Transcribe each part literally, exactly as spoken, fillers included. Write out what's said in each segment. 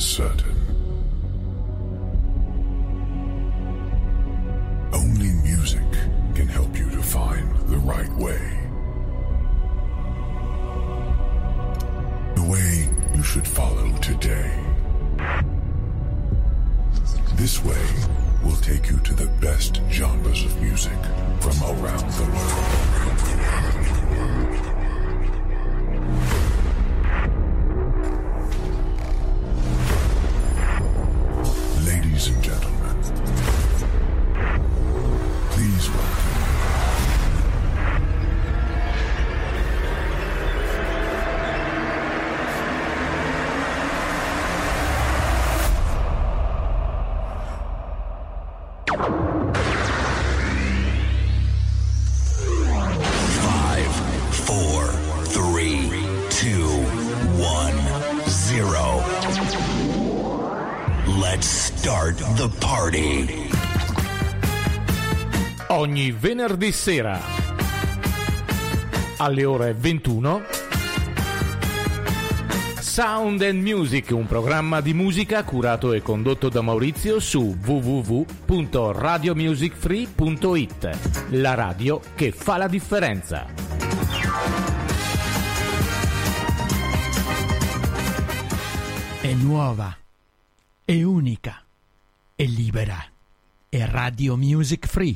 is certain. Only music can help you to find the right way. The way you should follow today. This way will take you to the best genres of music from around the world. Ladies and gentlemen, please welcome the party. Ogni venerdì sera alle ore ventuno Sound and Music, un programma di musica curato e condotto da Maurizio su w w w punto radio music free punto i t, la radio che fa la differenza. È nuova, è unica, è libera, è Radio Music Free.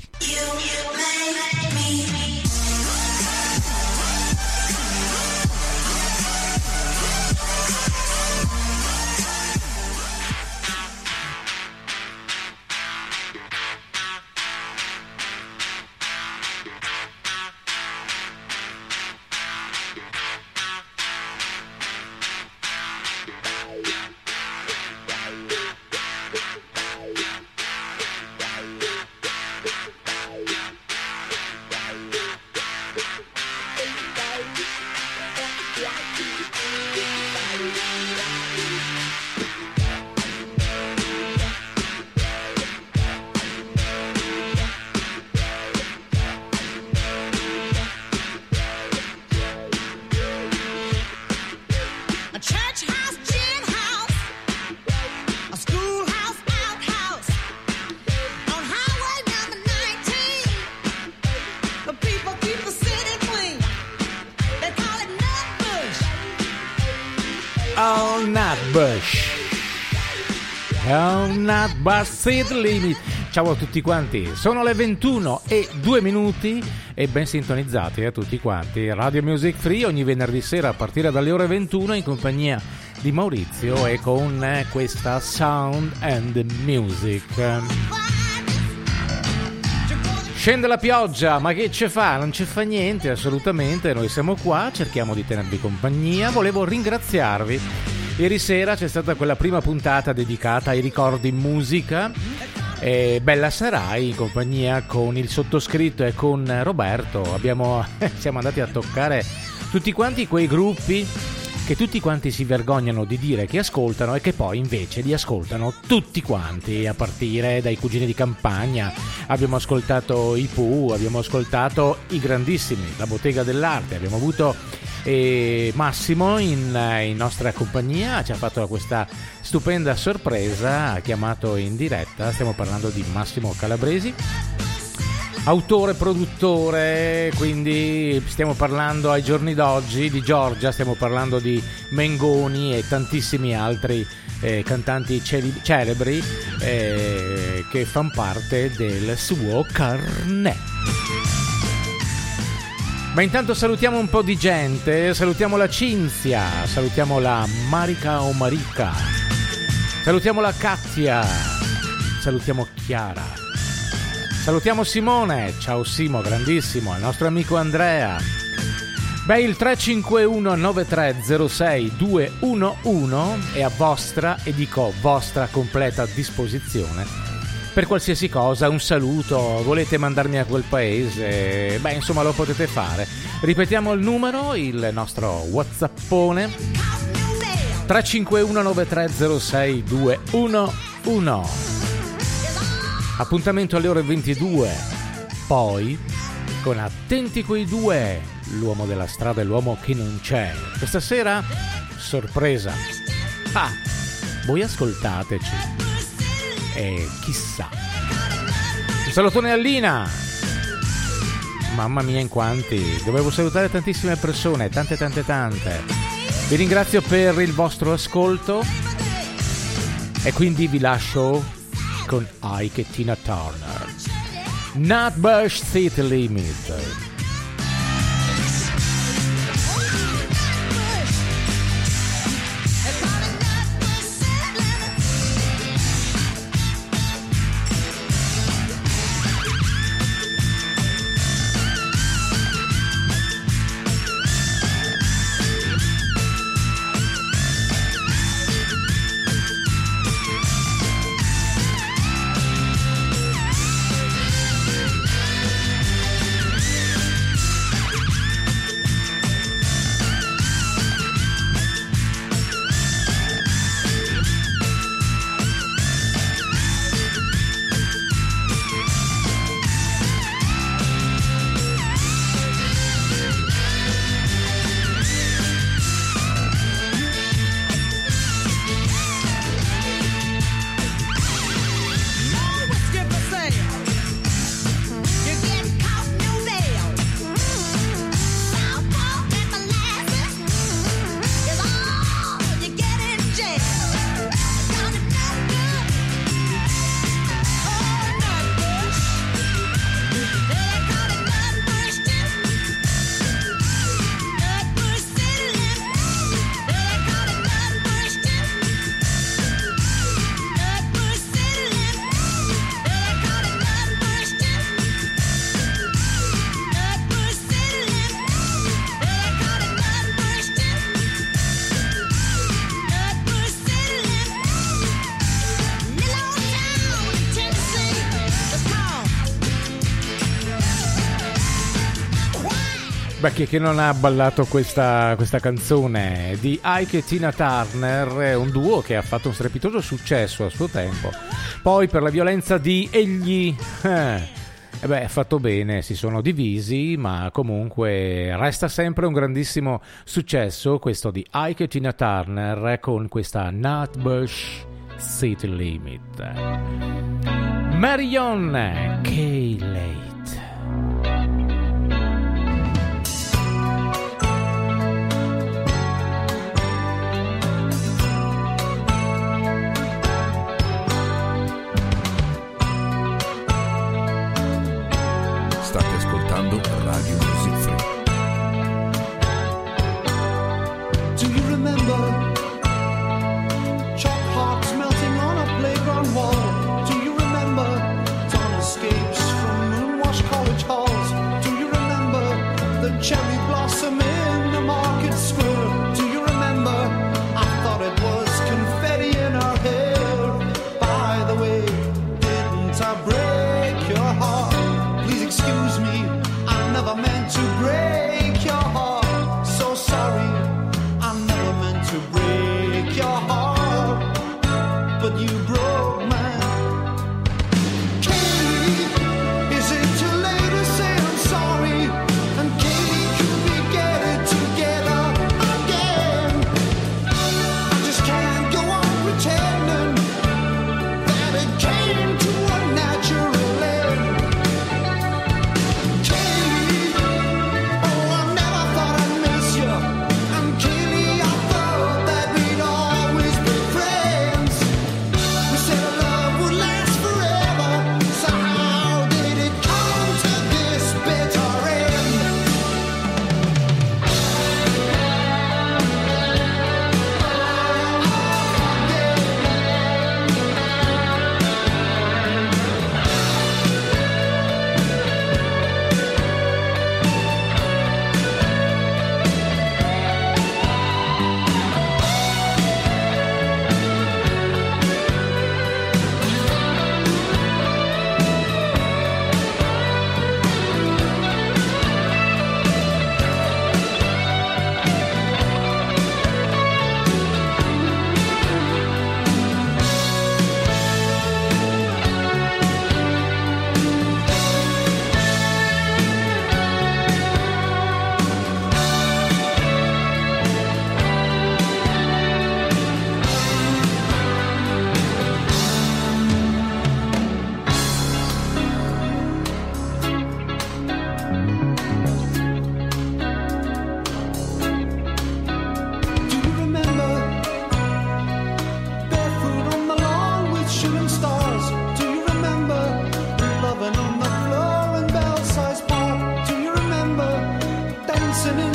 Ciao a tutti quanti, sono le ventuno e due minuti e ben sintonizzati a tutti quanti. Radio Music Free ogni venerdì sera a partire dalle ore ventuno in compagnia di Maurizio e con questa Sound and Music. Scende la pioggia, ma che ce fa? Non ce fa niente, assolutamente, noi siamo qua, cerchiamo di tenervi compagnia. Volevo ringraziarvi. Ieri sera c'è stata quella prima puntata dedicata ai ricordi in musica. E Bella Sarai in compagnia con il sottoscritto e con Roberto abbiamo siamo andati a toccare tutti quanti quei gruppi che tutti quanti si vergognano di dire che ascoltano e che poi invece li ascoltano tutti quanti, a partire dai Cugini di Campagna. Abbiamo ascoltato i Pooh, abbiamo ascoltato i grandissimi, la Bottega dell'Arte, abbiamo avuto eh, Massimo in, in nostra compagnia, ci ha fatto questa stupenda sorpresa, ha chiamato in diretta, stiamo parlando di Massimo Calabresi, autore, produttore, quindi stiamo parlando ai giorni d'oggi di Giorgia, stiamo parlando di Mengoni e tantissimi altri eh, cantanti celi- celebri eh, che fanno parte del suo carnet. Ma intanto salutiamo un po' di gente, salutiamo la Cinzia, salutiamo la Marica o Marica, salutiamo la Katia, salutiamo Chiara, salutiamo Simone, ciao Simo, grandissimo, il nostro amico Andrea. Beh, il tre cinque uno nove tre zero sei due uno uno è a vostra, e dico vostra, completa disposizione per qualsiasi cosa, un saluto, volete mandarmi a quel paese, beh insomma lo potete fare. Ripetiamo il numero, il nostro whatsappone tre cinque uno nove tre zero sei due uno uno. Appuntamento alle ore ventidue, poi con Attenti quei due, l'uomo della strada e l'uomo che non c'è. Questa sera sorpresa. Ah, voi ascoltateci e chissà. Un salutone a Lina, mamma mia in quanti, dovevo salutare tantissime persone, tante tante tante. Vi ringrazio per il vostro ascolto e quindi vi lascio con Ike e Tina Turner, Nutbush City Limit. Beh, chi è che non ha ballato questa, questa canzone di Ike e Tina Turner, un duo che ha fatto un strepitoso successo a suo tempo. Poi per la violenza di egli, eh, eh beh, ha fatto bene, si sono divisi, ma comunque resta sempre un grandissimo successo questo di Ike e Tina Turner con questa Nutbush City Limit. Marion K-Late. State ascoltando Radio Music Free. Do you remember chalk hearts melting on a playground wall? Do you remember dawn escapes from moon-washed college halls? Do you remember the cherry blossom in the market square? Do you remember I thought it was confetti in her hair? By the way, didn't I break your heart? Excuse me, I never meant to break your heart. So sorry, I never meant to break your heart, but you broke mine. Katie, is it too late to say I'm sorry? And Katie,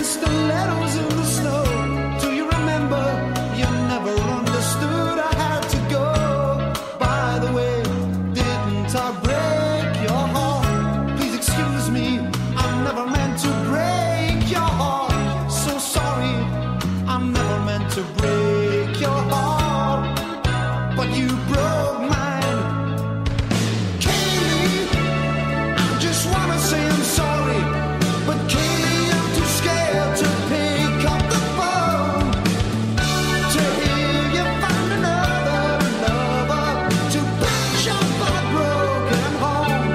stilettos in the snow. Do you remember? You never understood I had to go. By the way, didn't I break your heart? Please excuse me, I never meant to break your heart. So sorry, I never meant to break your heart, but you broke mine. Kaylee, I just wanna say I'm sorry, but Kaylee, I'm too scared to pick up the phone, to hear you find another lover, to patch up a broken home.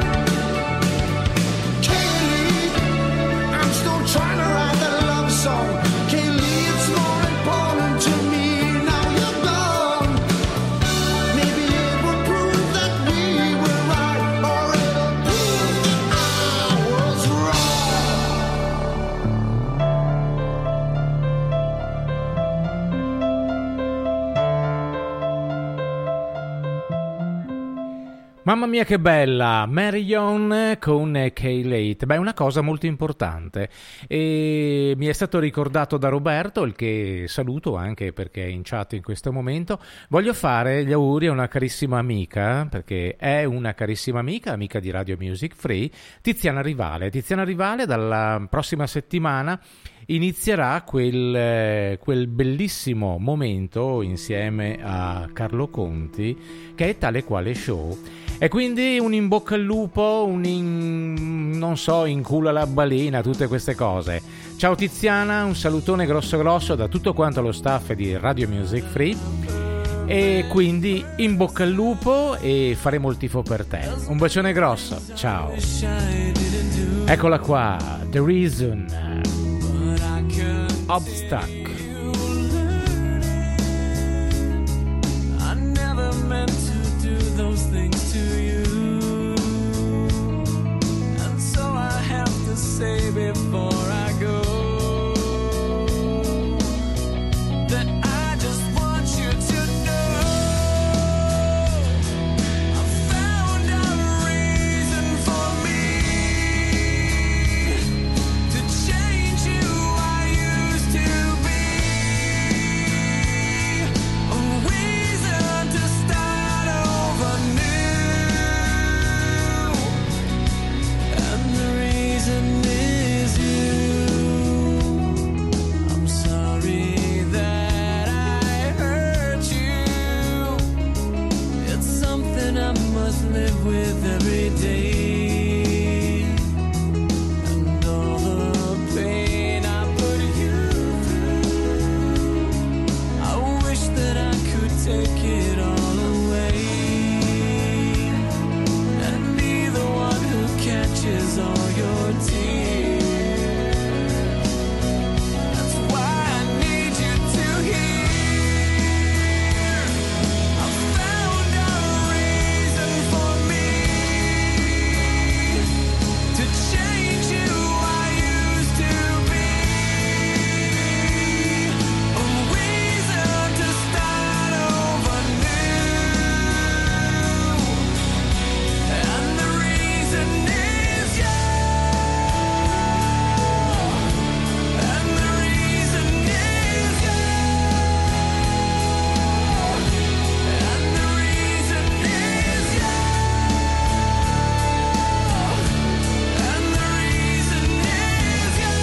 Kaylee, I'm still trying to write that love song. Kaylee, it's more important to me now you're gone. Maybe it will prove that we were right, or it'll prove that I was wrong. Mamma mia che bella, Marion con K-Late. Beh, è una cosa molto importante e mi è stato ricordato da Roberto, il che saluto anche perché è in chat in questo momento. Voglio fare gli auguri a una carissima amica, perché è una carissima amica, amica di Radio Music Free, Tiziana Rivale. Tiziana Rivale dalla prossima settimana inizierà quel, quel bellissimo momento insieme a Carlo Conti che è Tale Quale Show, e quindi un in bocca al lupo, un in, non so, in culo alla balena, tutte queste cose. Ciao Tiziana, un salutone grosso grosso da tutto quanto lo staff di Radio Music Free, e quindi in bocca al lupo e faremo il tifo per te. Un bacione grosso, ciao. Eccola qua, The Reason, Obstacle. I never meant to do those things to you, and so I have to say before I go that I just want you to know I found a reason for me to change you I used to be, a reason to start over new, and the reason is you. I'm sorry that I hurt you. It's something I must live with every day, and all the pain I put you through, I wish that I could take it all away and be the one who catches all your tears. That's why I need you to hear I found a reason for me to change you I used to be, a reason to start over new, and the reason is you, and the reason is you, and the reason is you, and the reason is you.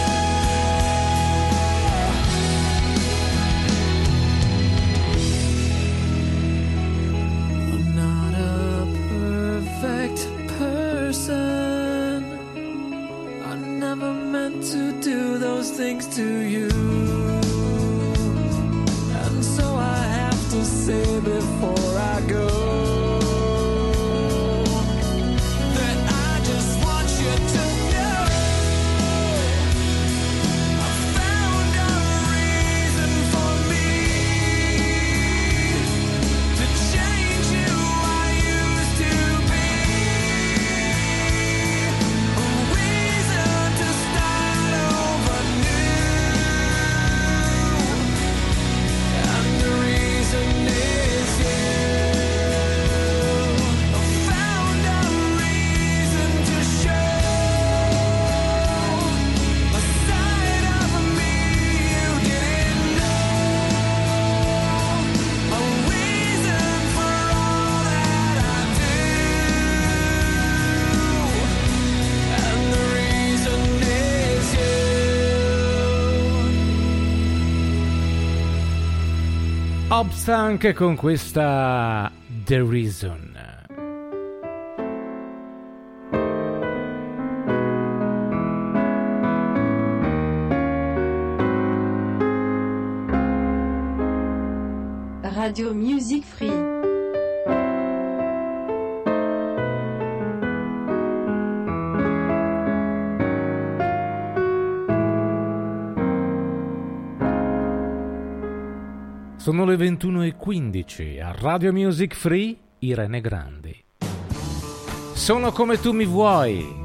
I'm not a perfect person. I never meant to do those things to you, and so I have to say before I go that I just want you to know I found a reason for me to change you I used to be, a reason to start over new, and the reason is Hobbs anche con questa The Reason. Radio Music Free. Sono le ventuno e quindici a Radio Music Free, Irene Grandi. Sono come tu mi vuoi.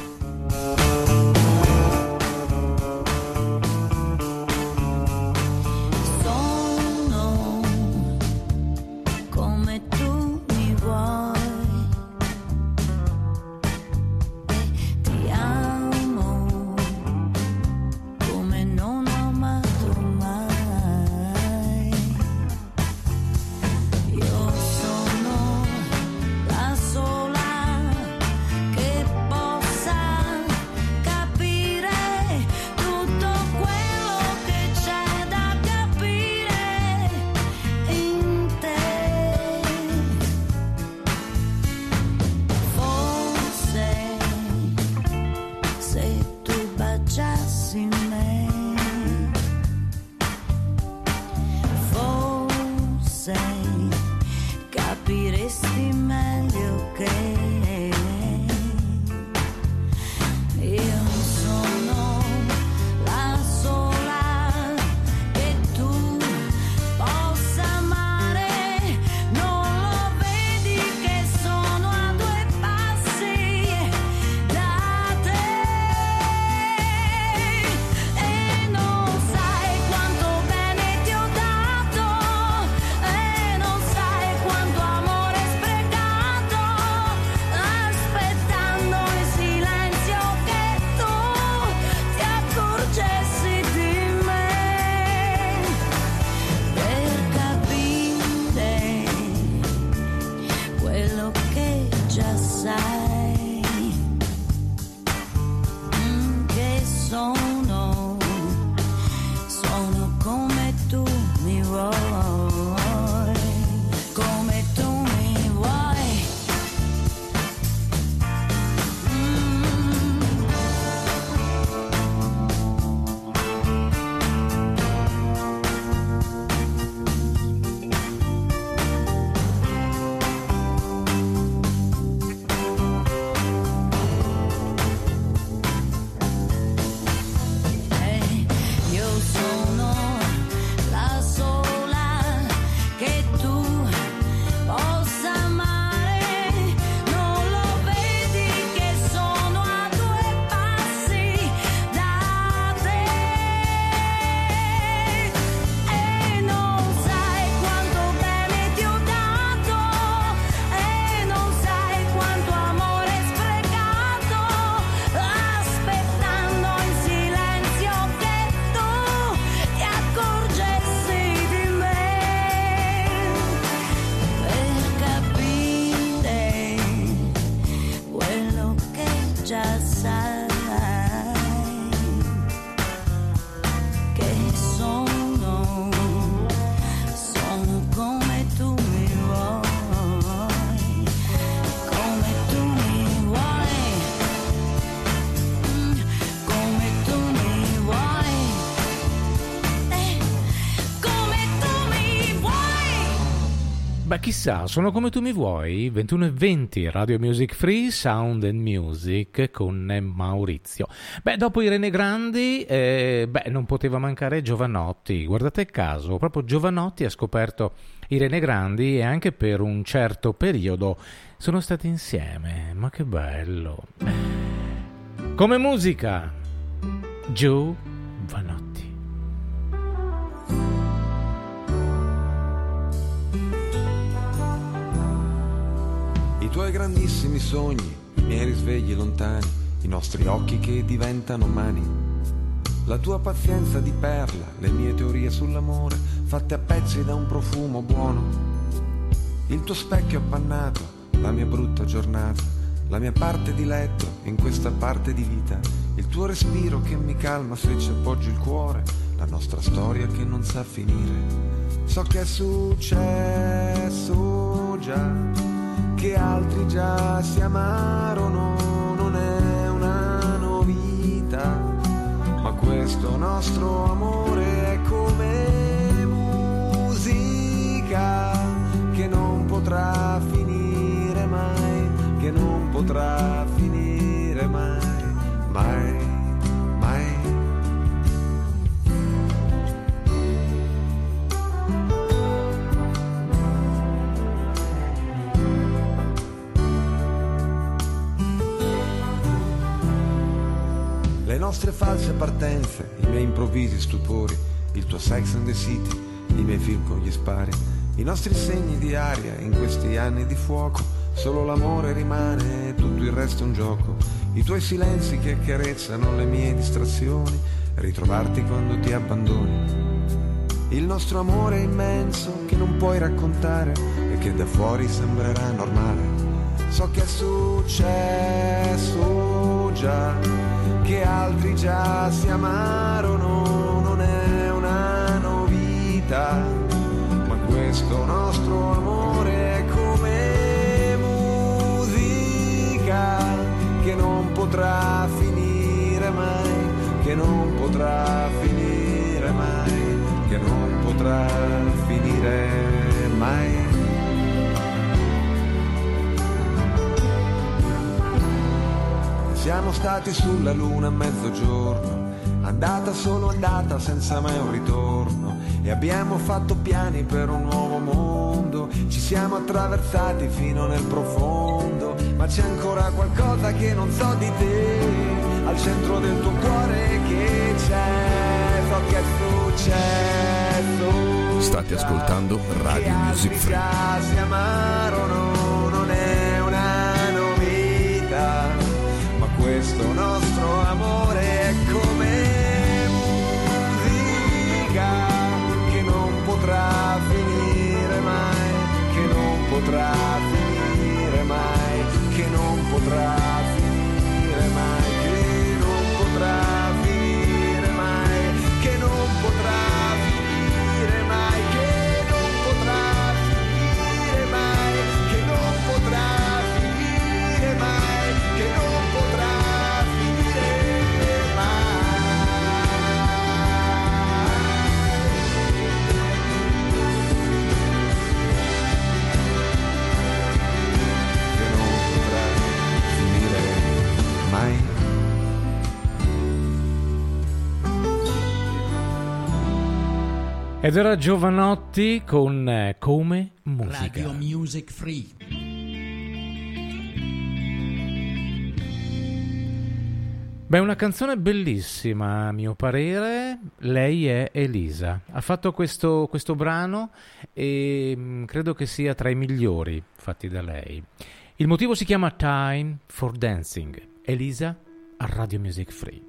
Beh, chissà, sono come tu mi vuoi, ventuno e venti, Radio Music Free, Sound and Music con Maurizio. Beh, dopo Irene Grandi, eh, beh, non poteva mancare Jovanotti. Guardate caso, proprio Jovanotti ha scoperto Irene Grandi e anche per un certo periodo sono stati insieme. Ma che bello! Come musica, Jovanotti. I tuoi grandissimi sogni, i miei risvegli lontani, i nostri occhi che diventano mani, la tua pazienza di perla, le mie teorie sull'amore fatte a pezzi da un profumo buono, il tuo specchio appannato, la mia brutta giornata, la mia parte di letto in questa parte di vita, il tuo respiro che mi calma se ci appoggio il cuore, la nostra storia che non sa finire. So che è successo già, che altri già si amarono, non è una novità, ma questo nostro amore è come musica che non potrà finire mai, che non potrà finire mai, mai, mai. Le nostre false partenze, i miei improvvisi stupori, il tuo Sex and the City, i miei film con gli spari, i nostri segni di aria in questi anni di fuoco, solo l'amore rimane, tutto il resto è un gioco, i tuoi silenzi che accarezzano le mie distrazioni, ritrovarti quando ti abbandoni, il nostro amore immenso che non puoi raccontare e che da fuori sembrerà normale, so che è successo già, che altri già si amarono, non è una novità, ma questo nostro amore è come musica che non potrà finire mai, che non potrà finire mai, che non potrà finire mai. Siamo stati sulla luna a mezzogiorno, andata solo andata senza mai un ritorno, e abbiamo fatto piani per un nuovo mondo, ci siamo attraversati fino nel profondo, ma c'è ancora qualcosa che non so di te, al centro del tuo cuore che c'è, so che è successo. State ascoltando Radio Music Free. Già si amarono, non è una novità, ma questo nostro amore è come musica che non potrà finire mai, che non potrà finire mai, che non potrà finire mai, che non potrà finire mai, che non potrà finire mai, che non potrà finire mai, che non potrà finire mai, che non potrà finire mai. Ed era Giovanotti con eh, Come Musica. Radio Music Free. Beh, una canzone bellissima a mio parere. Lei è Elisa, ha fatto questo, questo brano e mh, credo che sia tra i migliori fatti da lei. Il motivo si chiama Time for Dancing. Elisa a Radio Music Free.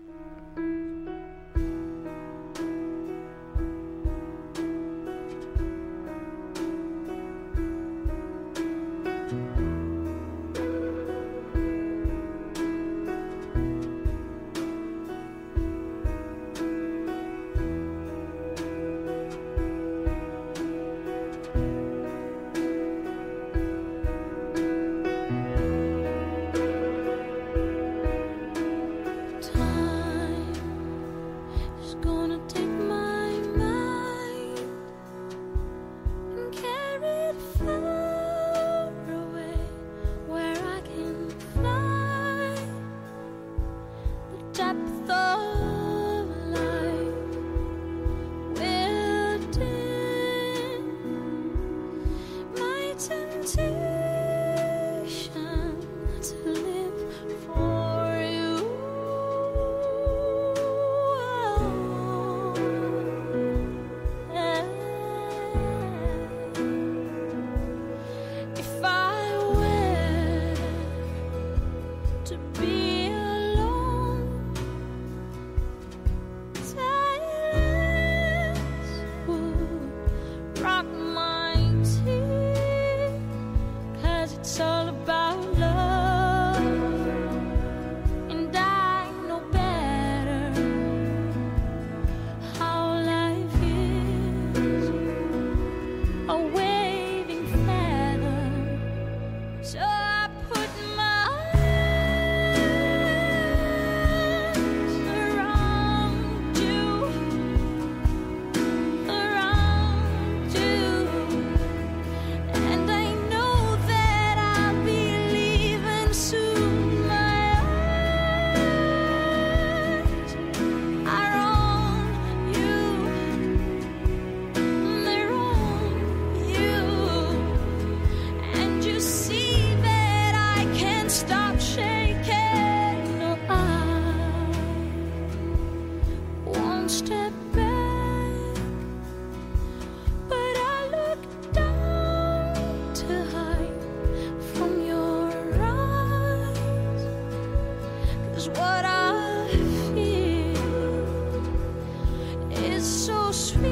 step back, but I look down to hide from your eyes. 'Cause what I feel is so sweet,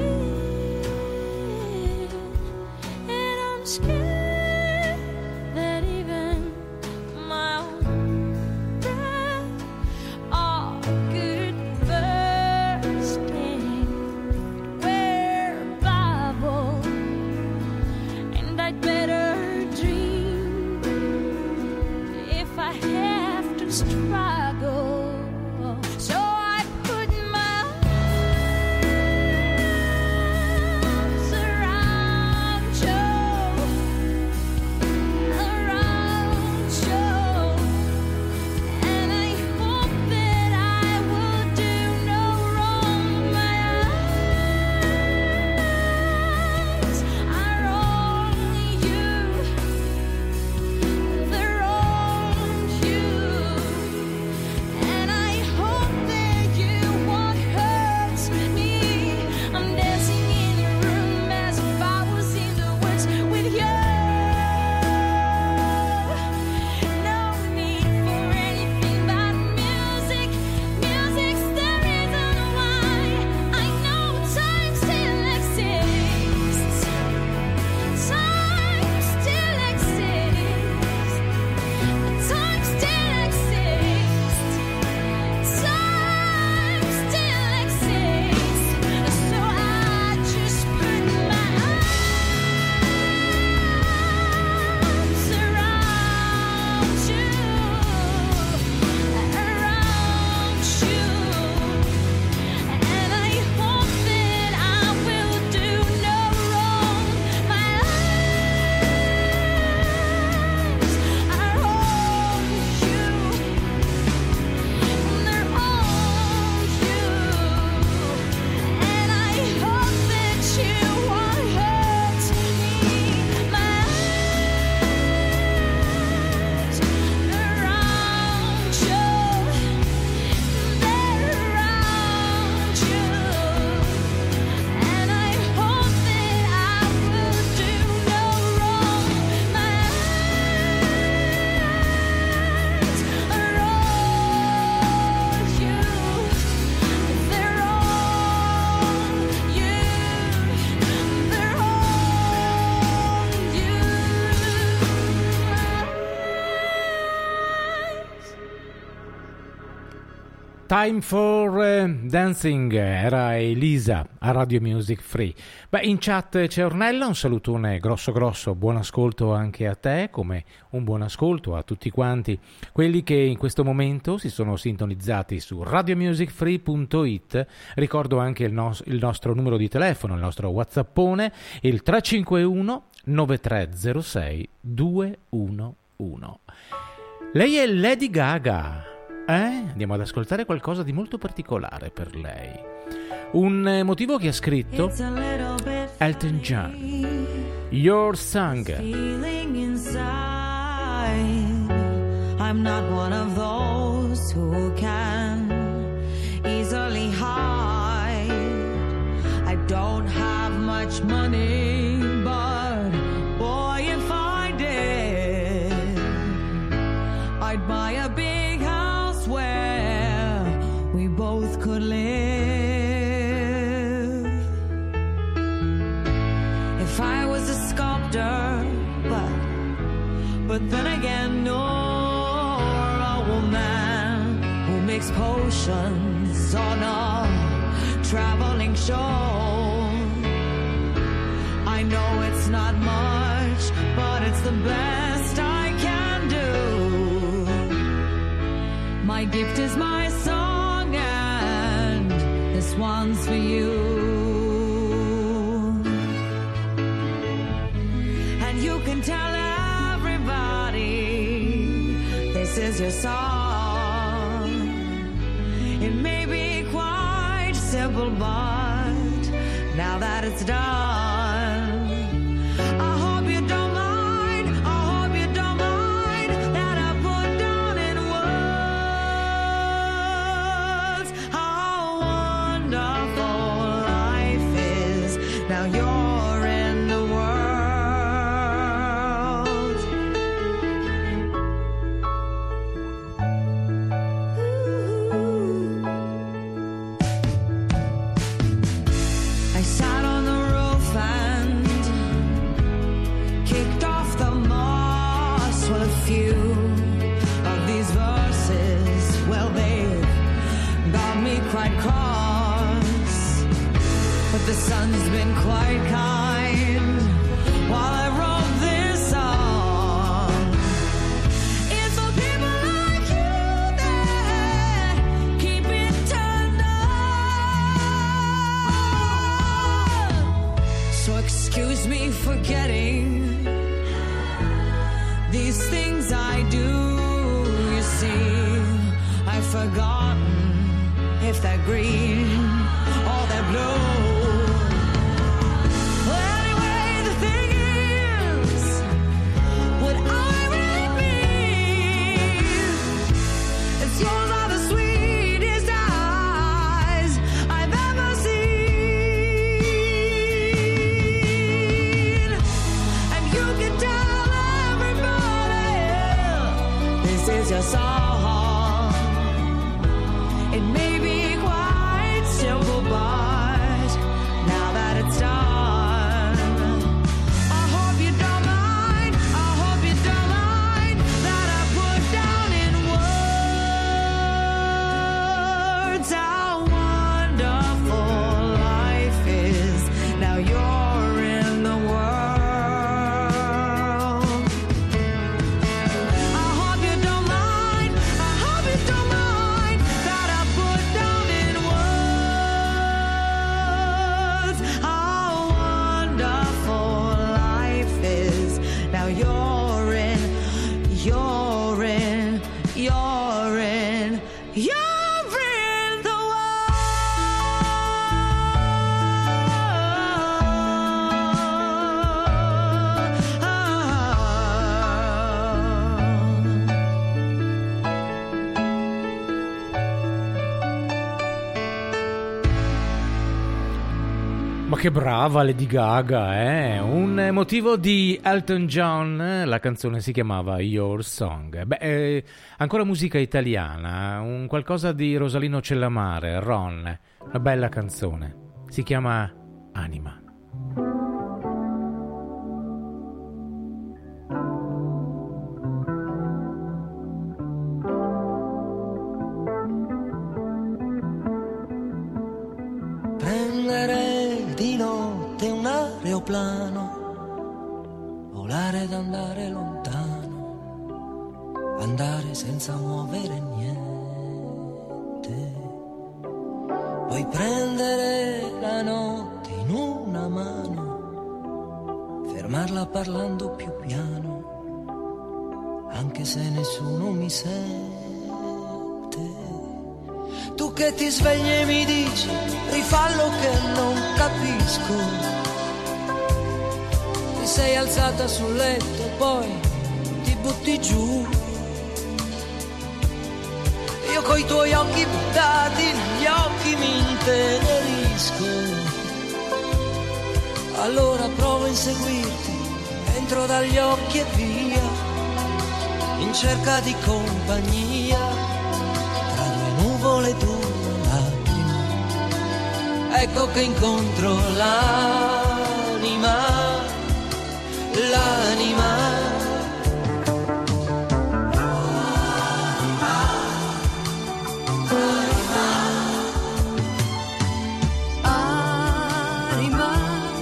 and I'm scared that even my own breath all could bursting where Bible, and I'd better dream if I have to struggle. So I put my arms around you, around you, and I hope that I will do no wrong. My eyes are on you, they're on you, and I hope that you won't hurt me. I'm dancing in your room as if I was in the woods with you. No need for anything but music. Music's the reason why I know time still exists. Time still exists. Time still exists. Time still exists. So I just put my arms around you, around you, and I hope that I will do no wrong. My eyes are on you, and they're on you, and I hope that you won't hurt me. My eyes around you, they're around you, and I hope that I will do no wrong. My eyes are on you, they're on you, they're on you. Time for eh, Dancing era Elisa a Radio Music Free. Beh, in chat c'è Ornella, un salutone grosso grosso, buon ascolto anche a te, come un buon ascolto a tutti quanti quelli che in questo momento si sono sintonizzati su radio music free punto it. Ricordo anche il, nos- il nostro numero di telefono, il nostro whatsappone, il tre cinque uno nove tre zero sei due uno uno. Lei è Lady Gaga. Eh? Andiamo ad ascoltare qualcosa di molto particolare per lei. Un eh, motivo che ha scritto Elton John. Your Song. Feeling inside, I'm not one of those who can easily hide. I don't have much money, but boy, if I did, I'd buy a big house where we both could live. If I was a sculptor, but but then again, no, a woman who makes potions on a traveling show. I know it's not much, but it's the best I can do. My gift is my song, and this one's for you. And you can tell everybody this is your song. It may be quite simple, but now that it's done, I hope you don't mind, I hope you don't mind that I put down in words how wonderful me quite cross, but the sun's been quite kind while I wrote this song. It's for people like you that keep it turned on. So excuse me for getting these things I do, you see. I've forgotten if they're green or they're blue. Well, anyway, the thing is, what I really mean is yours are the sweetest eyes I've ever seen. And you can tell everybody this is your song. It may be quite simple, but now that it's done, I hope you don't mind, I hope you don't mind that I put down in words how wonderful life is. Now you're in the world. I hope you don't mind, I hope you don't mind that I put down in words how wonderful life is. Now you're in, you're in, you're in, you're in the Ma che brava Lady Gaga, eh? Un motivo di Elton John, la canzone si chiamava Your Song. Beh, eh, ancora musica italiana, un qualcosa di Rosalino Cellamare, Ron, una bella canzone, si chiama Anima. Prendere di notte un aeroplano, volare ed andare lontano, andare senza muovere niente. Puoi prendere la notte in una mano, fermarla parlando più piano, anche se nessuno mi sente. Tu che ti svegli e mi dici, rifallo che non capisco. Ti sei alzata sul letto, poi ti butti giù. Io coi tuoi occhi buttati negli occhi mi intenerisco. Allora provo a inseguirti, entro dagli occhi e via, in cerca di compagnia. Nuvole d'una lacrima, ecco che incontro l'anima, l'anima. Anima,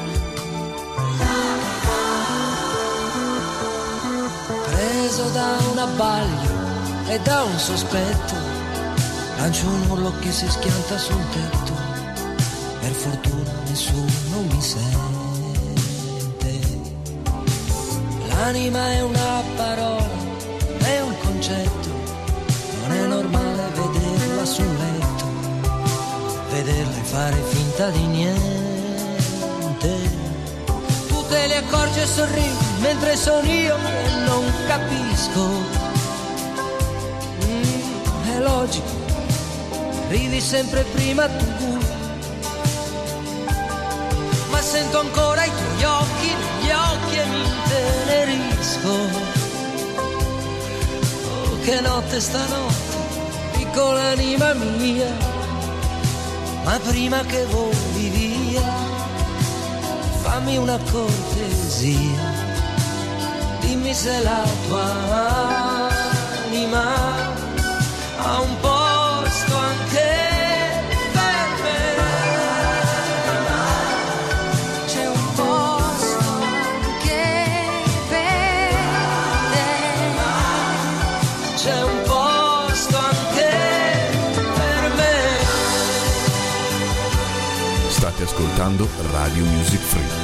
Preso da un abbaglio e da un sospetto, lancio un urlo che si schianta sul tetto, per fortuna nessuno mi sente. L'anima è una parola, è un concetto, non è normale vederla sul letto, vederla e fare finta di niente. Tu te ne accorgi e sorridi, mentre sono io che non capisco. Mm, è logico, ridi sempre prima tu, ma sento ancora i tuoi occhi negli occhi e mi intenerisco. Oh, che notte stanotte, piccola anima mia, ma prima che voli via, fammi una cortesia, dimmi se la tua anima ha un posto anche ascoltando Radio Music Free.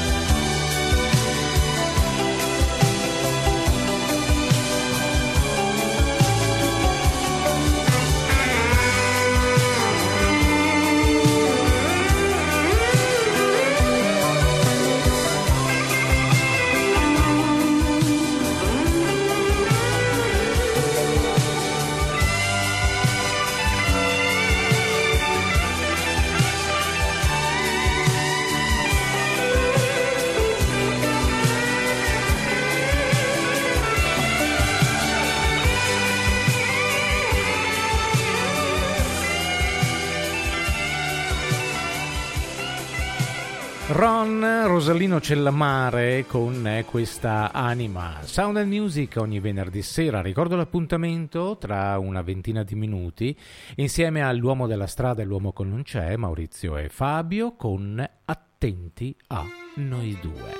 Ron Rosalino Cellamare con eh, questa Anima. Sound and Music ogni venerdì sera. Ricordo l'appuntamento tra una ventina di minuti insieme all'uomo della strada e l'uomo che non c'è, Maurizio e Fabio, con Attenti a noi due.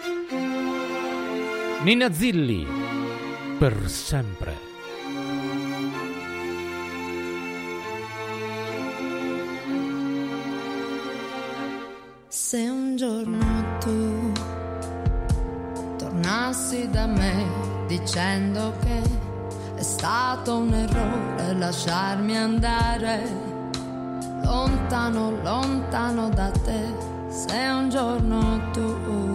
Nina Zilli, per sempre. Se un giorno tu tornassi da me dicendo che è stato un errore lasciarmi andare lontano, lontano da te, se un giorno tu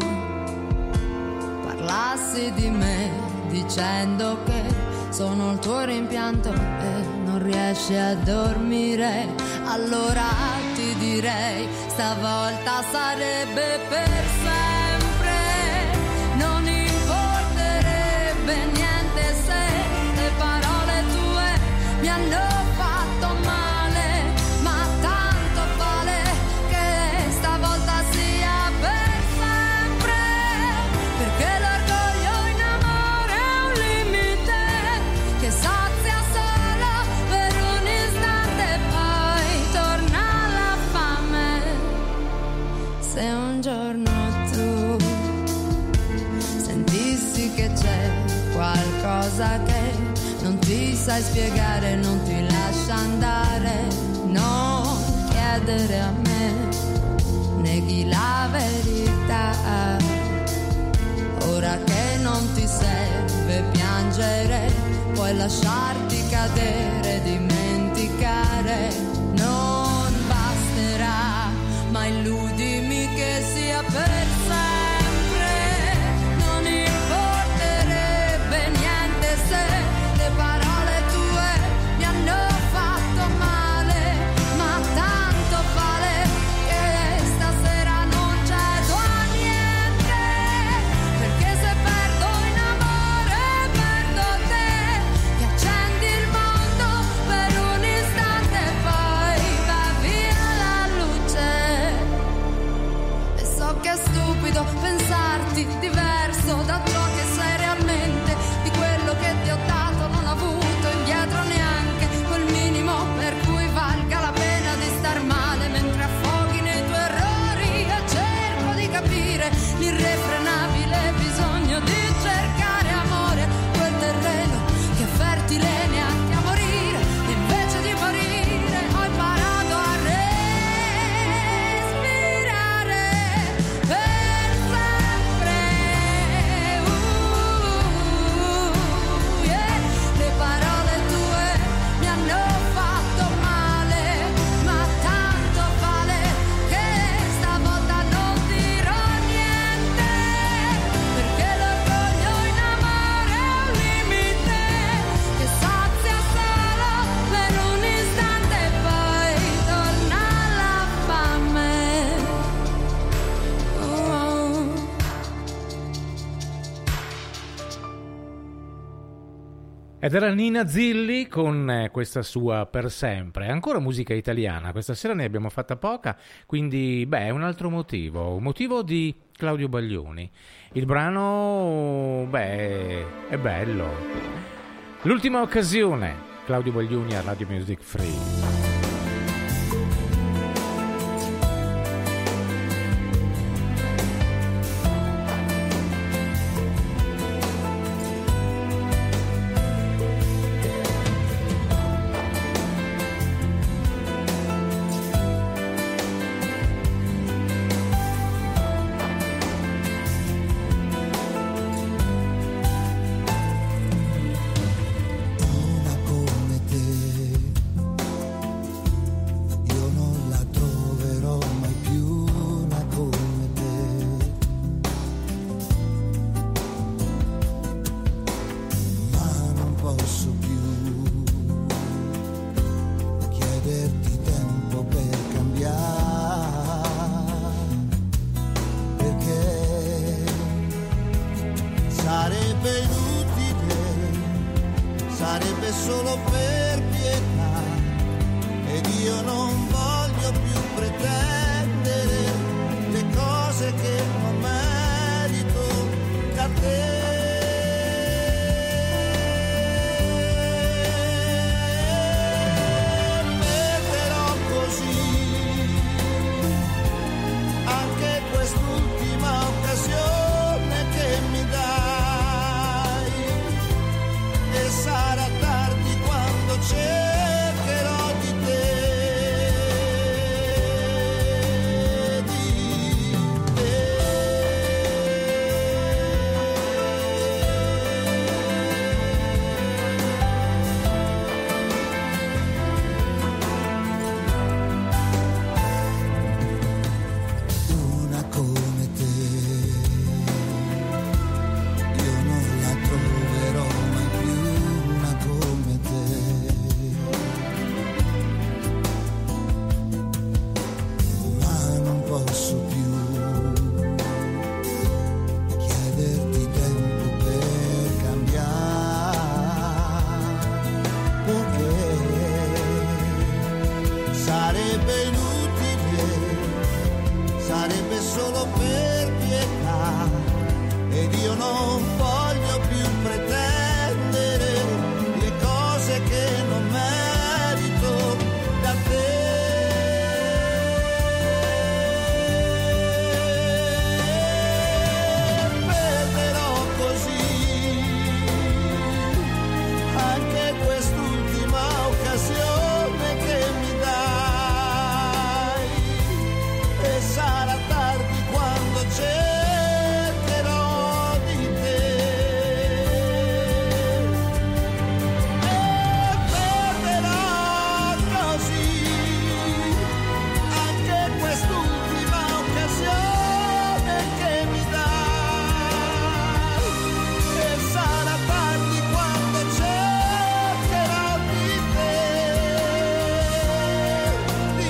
parlassi di me dicendo che sono il tuo rimpianto e non riesci a dormire, allora ti direi stavolta sarebbe per sempre, non importerebbe niente se le parole tue mi hanno fatto male, ma tanto vale che stavolta sia per sempre, perché l'orgoglio in amore è un limite che sazia solo per un istante e poi torna la fame. Se un giorno tu sentissi che c'è qualcosa che non ti sai spiegare, non ti lascia andare, non chiedere a me, neghi la verità. Ora che non ti serve piangere, puoi lasciarti cadere, dimenticare, non basterà, ma illudimi che sia per sempre, non importerebbe niente se le parole tue mi hanno fatto male, ma tanto vale che stasera non cedo a niente, perché se perdo in amore perdo te, che accendi il mondo per un istante e poi va via la luce. E so che è stupido pensarti diverso da ciò che sei realmente, di quello che ti ho dato non ho avuto indietro neanche quel minimo per cui valga la pena di star male mentre affoghi nei tuoi errori, e cerco di capire l'irrefrenabile bisogno di cercare amore, quel terreno che è fertile neanche a morire, e invece di morire ho imparato a respirare per sempre. Uh, yeah. Le parole tue mi hanno fatto male, ma tanto vale che stavolta non dirò niente, perché l'orgoglio in amore è un limite che sazia solo per un istante e poi torna la fame. Oh. Ed era Nina Zilli con eh, questa sua Per sempre. Ancora musica italiana, questa sera ne abbiamo fatta poca, quindi beh, è un altro motivo, un motivo di Claudio Baglioni. Il brano, beh, è bello. L'ultima occasione, Claudio Baglioni a Radio Music Free. sarebbe inutile, sarebbe solo per pietà, ed io non voglio più pretendere le cose che non merito da te. Perderò così anche quest'ultima occasione che mi dai, e sarà tardi quando cercherò di te. E perderò così anche quest'ultima occasione che mi dai, e sarà tardi quando cercherò di te, di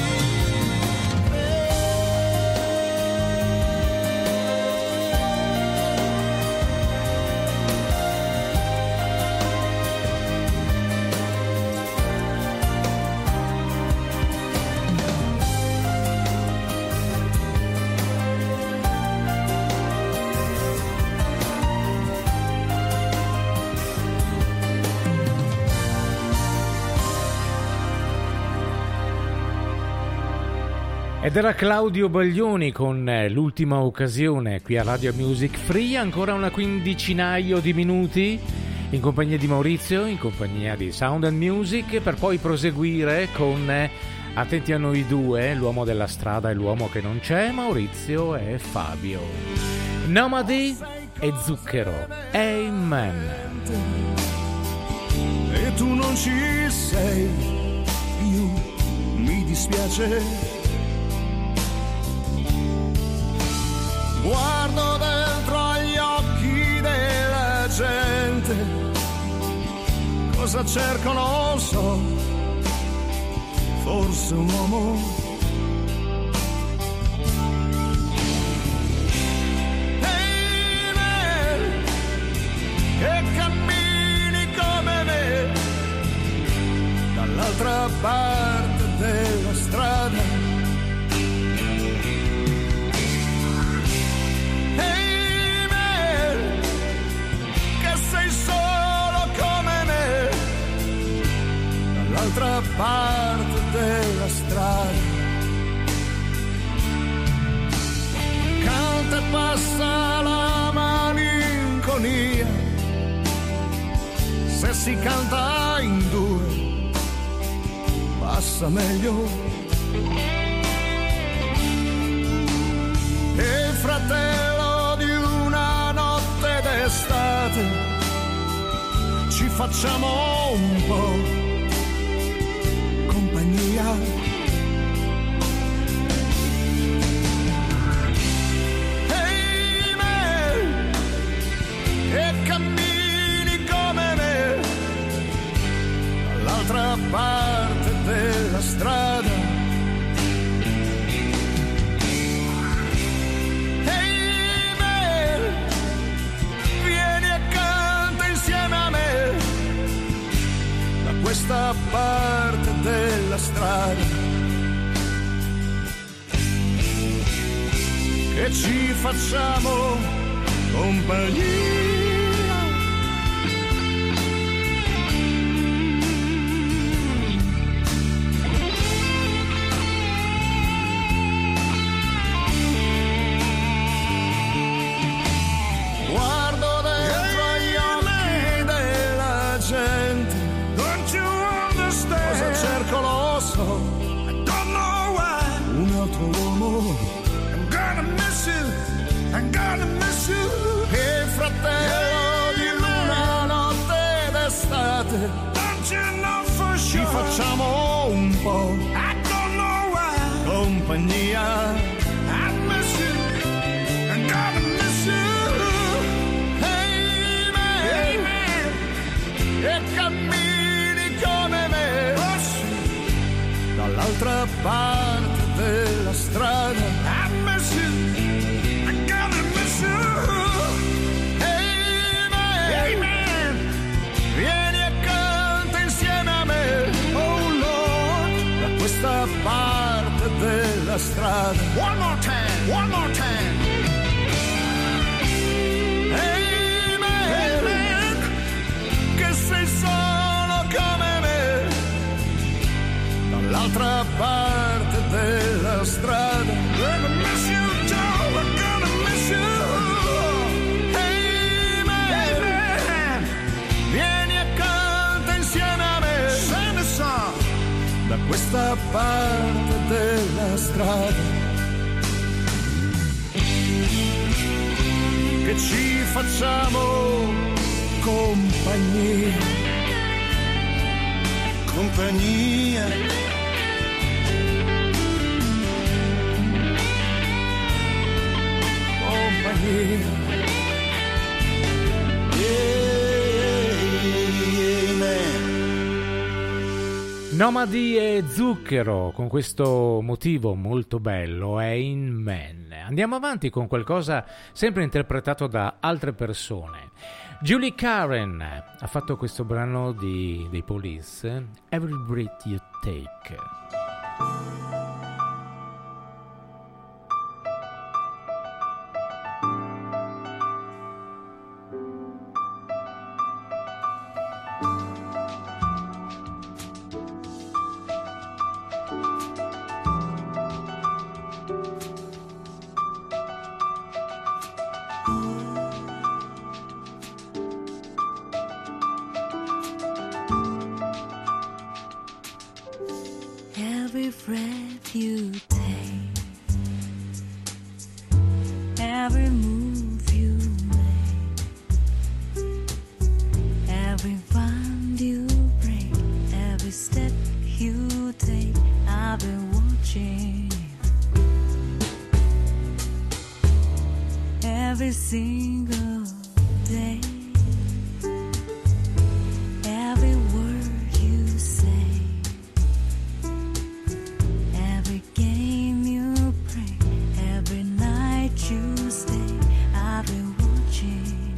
Ed era Claudio Baglioni con eh, l'ultima occasione qui a Radio Music Free, ancora una quindicinaio di minuti in compagnia di Maurizio, in compagnia di Sound and Music, per poi proseguire con eh, attenti a noi due, l'uomo della strada e l'uomo che non c'è, Maurizio e Fabio. Nomadi e Zucchero, Amen. E tu non ci sei più, mi dispiace. Guardo dentro agli occhi della gente, cosa cercano non so, forse un uomo. Ehi me, che cammini come me, dall'altra parte della strada. Dall'altra parte della strada, canta e passa la malinconia, se si canta in due passa meglio. E il fratello di una notte d'estate, ci facciamo un po' compagnia. Ehi me, che cammini come me, dall'altra parte della strada. Ehi me, vieni e canta insieme a me, da questa parte della strada, che ci facciamo compagnia. Guardo dentro agli occhi della gente, cosa cerco lo so, I don't know why. Un altro uomo, I'm gonna miss you, I'm gonna miss you. E il fratello di una notte d'estate, don't you know for sure, ci facciamo un po', I don't know why, compagnia. I miss you, I'm gonna miss you. Hey man, hey man, e cammini come me, dall'altra parte della strada. I miss you, I gotta miss you. Hey man, hey man, vieni e canta insieme a me. Oh Lord, da questa parte della strada. One more time, one more time. Hey man, hey man, che sei solo come me, dall'altra parte della strada. We're gonna miss you, Joe, we're gonna miss you. Hey man, hey man, vieni accanto insieme a me. Sing the song. Da questa parte della strada, che ci facciamo compagnia, compagnia. Compagnia. Yeah, yeah, man. Nomadi e Zucchero, con questo motivo molto bello, è in Man. Andiamo avanti con qualcosa sempre interpretato da altre persone. Julie Karen ha fatto questo brano di, dei Police, Every Breath You Take. Every breath you take, every move you make, every bond you break, every step you take, I've been watching. Every single day, every word you say, every game you play, every night you stay, I've been watching.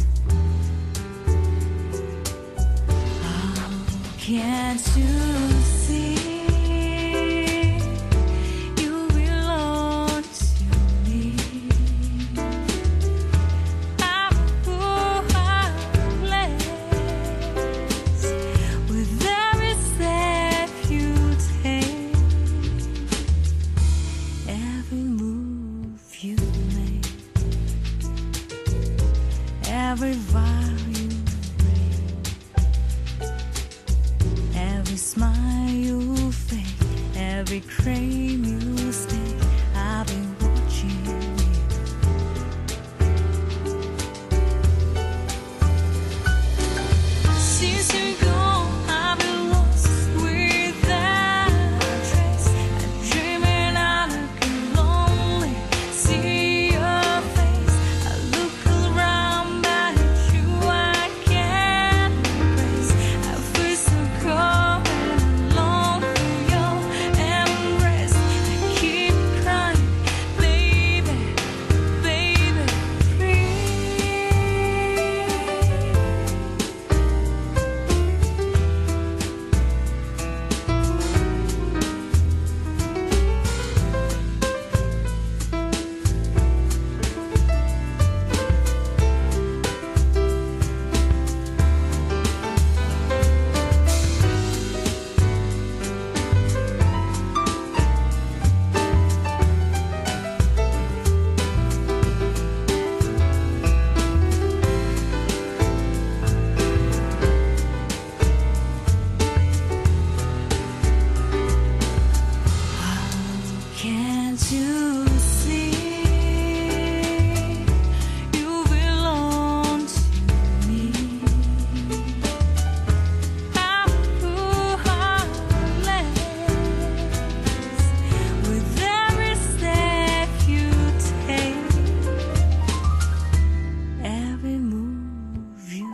Oh, can't you see? You belong to me. I'm who I'm less with every step you take, every move you make, every vow you break, every smile you fake, every claim you stake, I've been watching. Since you're gone, I've been lost without a trace. I'm dreaming, I look lonely, see your face. I look around, but it's you I can't embrace. I feel so cold and alone for your embrace. I keep crying, baby, baby, please. Can't you see? You belong to me. I'm who I'm less with every step you take, every move you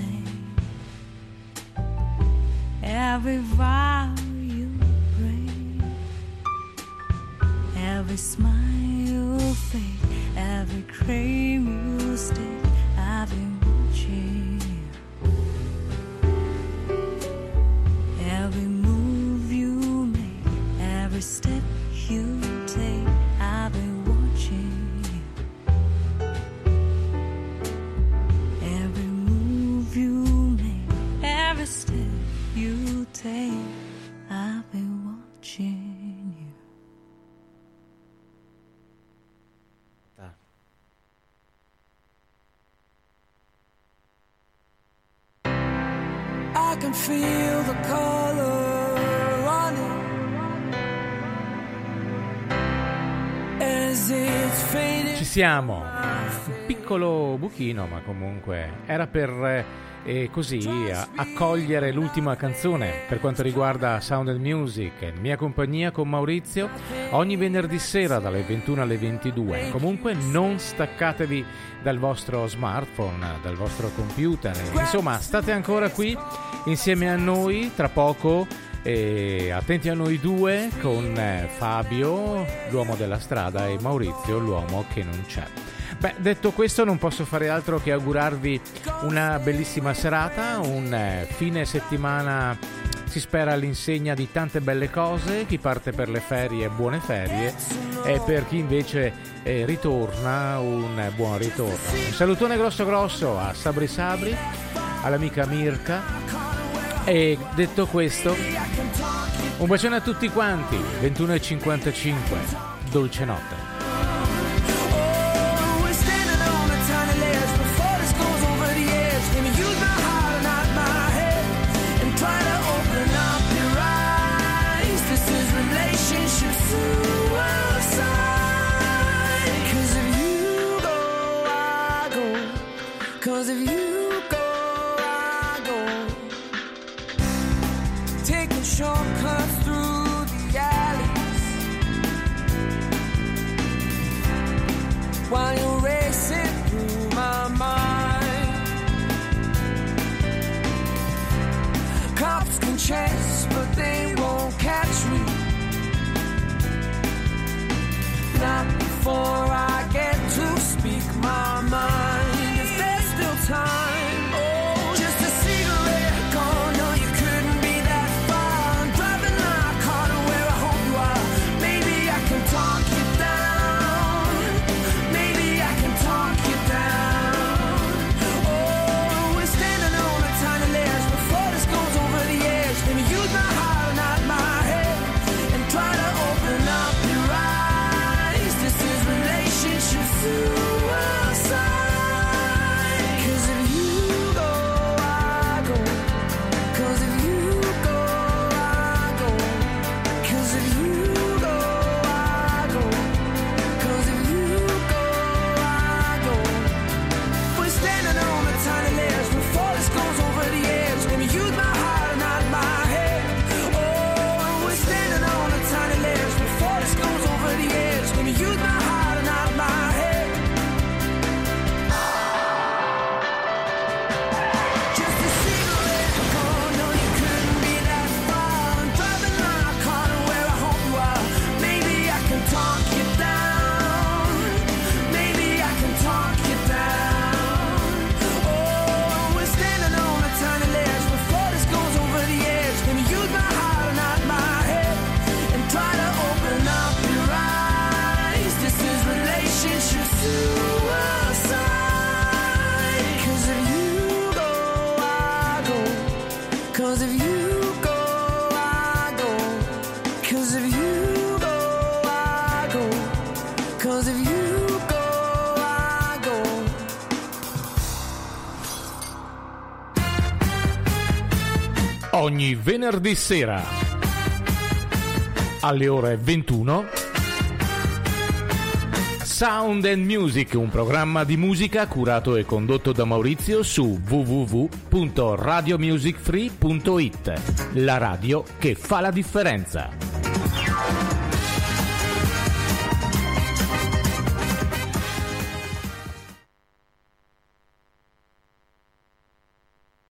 make, every vow you break, every smile you fake, every claim you stake, I've been watching. Every move you make, can feel the color running as it's fading. Ci siamo, un piccolo buchino, ma comunque era per eh, così a- accogliere l'ultima canzone per quanto riguarda Sound and Music, in mia compagnia con Maurizio, ogni venerdì sera dalle ventuno alle ventidue. Comunque non staccatevi dal vostro smartphone, dal vostro computer, insomma state ancora qui insieme a noi. Tra poco e attenti a noi due con eh, Fabio, l'uomo della strada, e Maurizio, l'uomo che non c'è. Beh, detto questo non posso fare altro che augurarvi una bellissima serata, un eh, fine settimana si spera all'insegna di tante belle cose. Chi parte per le ferie, buone ferie, e per chi invece eh, ritorna, un buon ritorno. Un salutone grosso grosso a Sabri Sabri, all'amica Mirka, e detto questo un bacione a tutti quanti. Ventuno e cinquantacinque, dolce notte. Cause if you go, I go. Taking shortcuts through the alleys while you're racing through my mind. Cops can chase, but they won't catch me. Not before I get to speak my mind. Time. Oh, just a cigarette gone. No, you couldn't be that far. I'm driving my car to where I hope you are. Maybe I can talk you down. Maybe I can talk you down. Oh, we're standing on a tiny ledge before this goes over the edge. Let me use my heart, not my head, and try to open up your eyes. This is relationship suicide. Ogni venerdì sera alle ore ventuno Sound and Music, un programma di musica curato e condotto da Maurizio su w w w punto radio music free punto it, la radio che fa la differenza.